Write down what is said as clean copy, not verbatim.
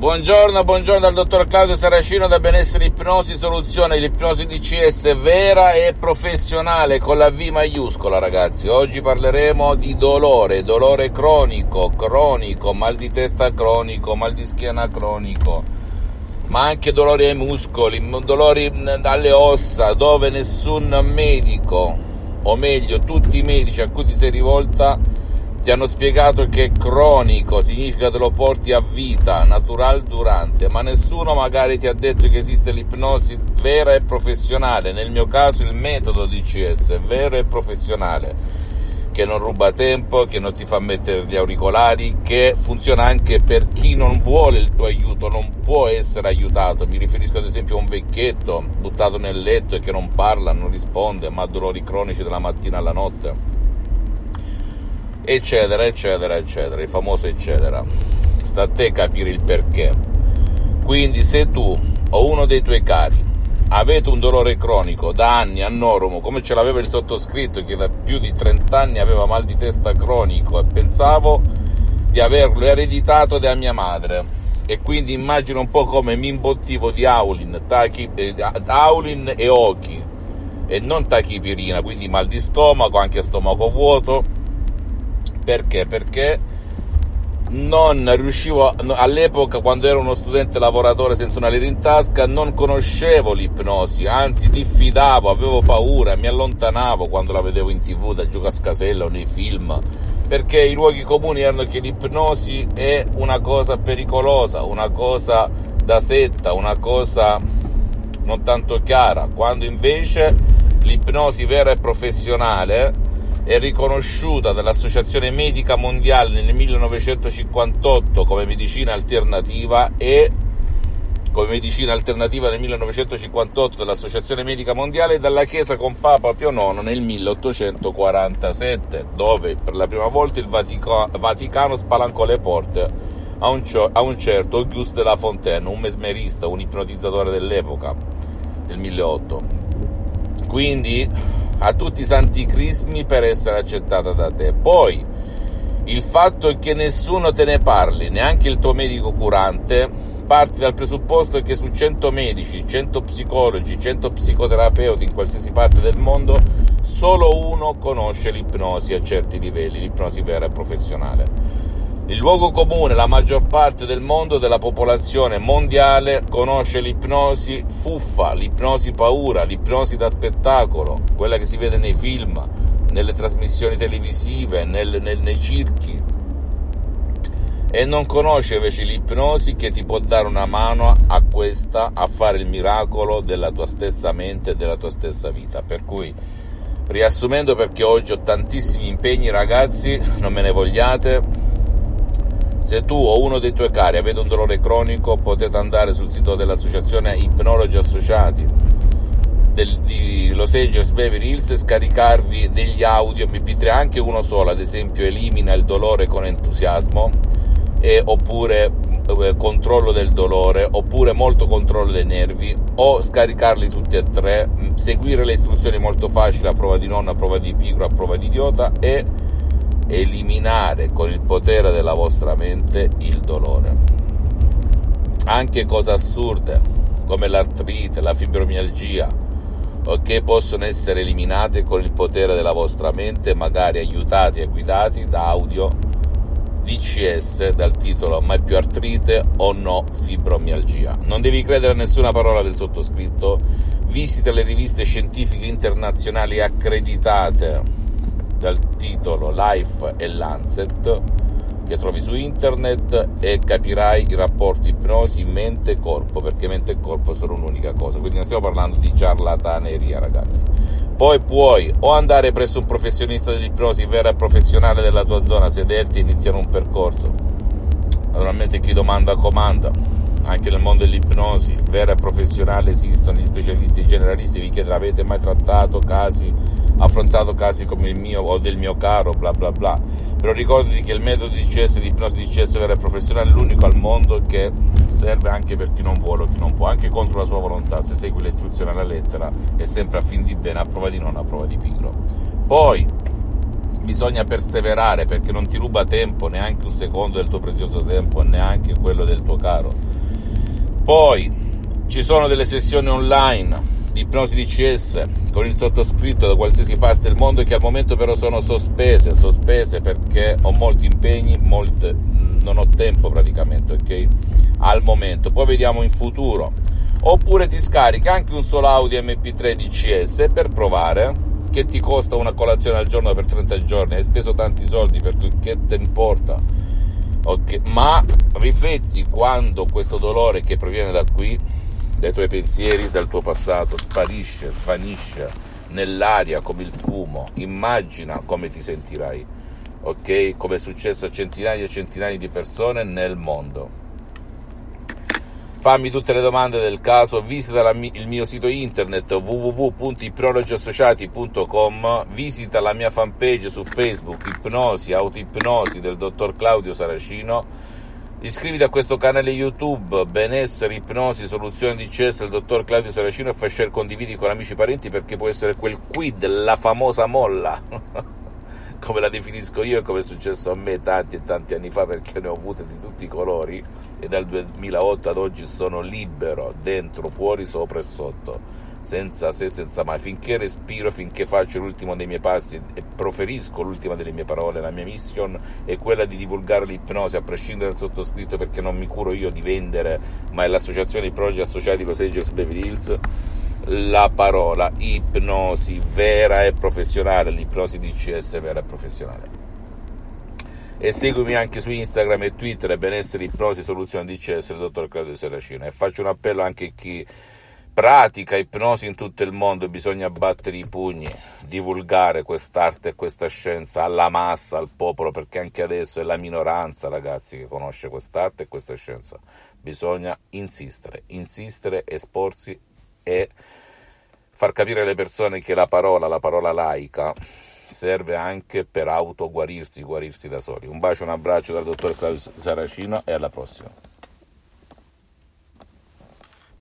Buongiorno dal dottor Claudio Saracino da Benessere Ipnosi Soluzione, l'ipnosi DCS vera e professionale con la V maiuscola, ragazzi. Oggi parleremo di dolore cronico, mal di testa cronico, mal di schiena cronico, ma anche dolori ai muscoli, dolori alle ossa, dove nessun medico, o meglio tutti i medici a cui ti sei rivolta, ti hanno spiegato che cronico significa te lo porti a vita, natural durante, ma nessuno magari ti ha detto che esiste l'ipnosi vera e professionale, nel mio caso il metodo DCS, vero e professionale, che non ruba tempo, che non ti fa mettere gli auricolari, che funziona anche per chi non vuole il tuo aiuto, non può essere aiutato. Mi riferisco ad esempio a un vecchietto buttato nel letto e che non parla, non risponde, ma ha dolori cronici dalla mattina alla notte, eccetera, il famoso eccetera. Sta a te capire il perché. Quindi se tu o uno dei tuoi cari avete un dolore cronico da anni a Noromo, come ce l'aveva il sottoscritto, che da più di 30 anni aveva mal di testa cronico e pensavo di averlo ereditato da mia madre, e quindi immagino un po' come mi imbottivo di Aulin e Oki e non tachipirina, quindi mal di stomaco, anche a stomaco vuoto. Perché? Perché non riuscivo, all'epoca quando ero uno studente lavoratore senza una lira in tasca, non conoscevo l'ipnosi, anzi diffidavo, avevo paura, mi allontanavo quando la vedevo in TV da Giocascasella o nei film, perché i luoghi comuni erano che l'ipnosi è una cosa pericolosa, una cosa da setta, una cosa non tanto chiara, quando invece l'ipnosi vera e professionale è riconosciuta dall'Associazione Medica Mondiale nel 1958 come medicina alternativa, e come medicina alternativa nel 1958 dall'Associazione Medica Mondiale, e dalla Chiesa con Papa Pio IX nel 1847, dove per la prima volta il Vaticano spalancò le porte a un certo Auguste de la Fontaine, un mesmerista, un ipnotizzatore dell'epoca, del 1800. Quindi a tutti i santi crismi per essere accettata da te. Poi il fatto è che nessuno te ne parli, neanche il tuo medico curante. Parti dal presupposto che su 100 medici, 100 psicologi, 100 psicoterapeuti in qualsiasi parte del mondo, solo uno conosce l'ipnosi a certi livelli, l'ipnosi vera e professionale. Il luogo comune, la maggior parte del mondo, della popolazione mondiale, conosce l'ipnosi fuffa, l'ipnosi paura, l'ipnosi da spettacolo, quella che si vede nei film, nelle trasmissioni televisive, nei circhi, e non conosce invece l'ipnosi che ti può dare una mano a fare il miracolo della tua stessa mente e della tua stessa vita. Per cui, riassumendo, perché oggi ho tantissimi impegni, ragazzi, non me ne vogliate, se tu o uno dei tuoi cari avete un dolore cronico, potete andare sul sito dell'Associazione Ipnologi Associati di Los Angeles Beverly Hills e scaricarvi degli audio MP3, anche uno solo, ad esempio elimina il dolore con entusiasmo, oppure controllo del dolore, oppure molto controllo dei nervi, o scaricarli tutti e tre, seguire le istruzioni molto facili, a prova di nonno, a prova di pigro, a prova di idiota, e eliminare con il potere della vostra mente il dolore. Anche cose assurde come l'artrite, la fibromialgia, che possono essere eliminate con il potere della vostra mente, magari aiutati e guidati da audio DCS dal titolo Mai più artrite o no fibromialgia. Non devi credere a nessuna parola del sottoscritto, visita le riviste scientifiche internazionali accreditate dal titolo Life e Lancet che trovi su internet, e capirai i rapporti ipnosi mente e corpo, perché mente e corpo sono un'unica cosa, quindi non stiamo parlando di ciarlataneria, ragazzi. Poi puoi o andare presso un professionista dell'ipnosi vera e professionale della tua zona, sederti e iniziare un percorso. Naturalmente chi domanda comanda. Anche nel mondo dell'ipnosi vera e professionale esistono gli specialisti, i generalisti. Vi chiedono: avete mai affrontato casi come il mio o del mio caro, bla bla bla. Però ricordati che il metodo DCS, di ipnosi DCS vera e professionale, è l'unico al mondo che serve anche per chi non vuole o chi non può, anche contro la sua volontà, se segui le istruzioni alla lettera, e sempre a fin di bene, a prova di non, a prova di pigro. Poi bisogna perseverare, perché non ti ruba tempo, neanche un secondo del tuo prezioso tempo, neanche quello del tuo caro. Poi ci sono delle sessioni online di ipnosi DCS con il sottoscritto da qualsiasi parte del mondo, che al momento però sono sospese perché ho molti impegni, non ho tempo praticamente, ok? Al momento, poi vediamo in futuro. Oppure ti scarichi anche un solo audio MP3 DCS per provare, che ti costa una colazione al giorno per 30 giorni, hai speso tanti soldi, per cui che te importa? Okay. Ma rifletti quando questo dolore che proviene da qui, dai tuoi pensieri, dal tuo passato, sparisce, svanisce nell'aria come il fumo. Immagina come ti sentirai, ok? Come è successo a centinaia e centinaia di persone nel mondo. Fammi tutte le domande del caso, visita il mio sito internet www.ipnologiassociati.com, visita la mia fanpage su Facebook, Ipnosi, Autoipnosi del dottor Claudio Saracino, iscriviti a questo canale YouTube, Benessere, Ipnosi, Soluzioni DCS del dottor Claudio Saracino, e fai share, condividi con amici e parenti, perché può essere quel quid, la famosa molla, come la definisco io e come è successo a me tanti e tanti anni fa, perché ne ho avute di tutti i colori e dal 2008 ad oggi sono libero, dentro, fuori, sopra e sotto, senza se, senza mai, finché respiro, finché faccio l'ultimo dei miei passi e proferisco l'ultima delle mie parole. La mia mission è quella di divulgare l'ipnosi, a prescindere dal sottoscritto, perché non mi curo io di vendere, ma è l'associazione Ipnologi Associati Los Angeles Beverly Hills, la parola ipnosi vera e professionale, l'ipnosi DCS vera e professionale. E seguimi anche su Instagram e Twitter, Benessere, Ipnosi, Soluzioni DCS del dottor Claudio Saracino. E faccio un appello anche a chi pratica ipnosi in tutto il mondo: bisogna battere i pugni, divulgare quest'arte e questa scienza alla massa, al popolo, perché anche adesso è la minoranza, ragazzi, che conosce quest'arte e questa scienza. Bisogna insistere, esporsi e far capire alle persone che la parola laica serve anche per guarirsi da soli. Un bacio, un abbraccio dal dottor Claudio Saracino e alla prossima.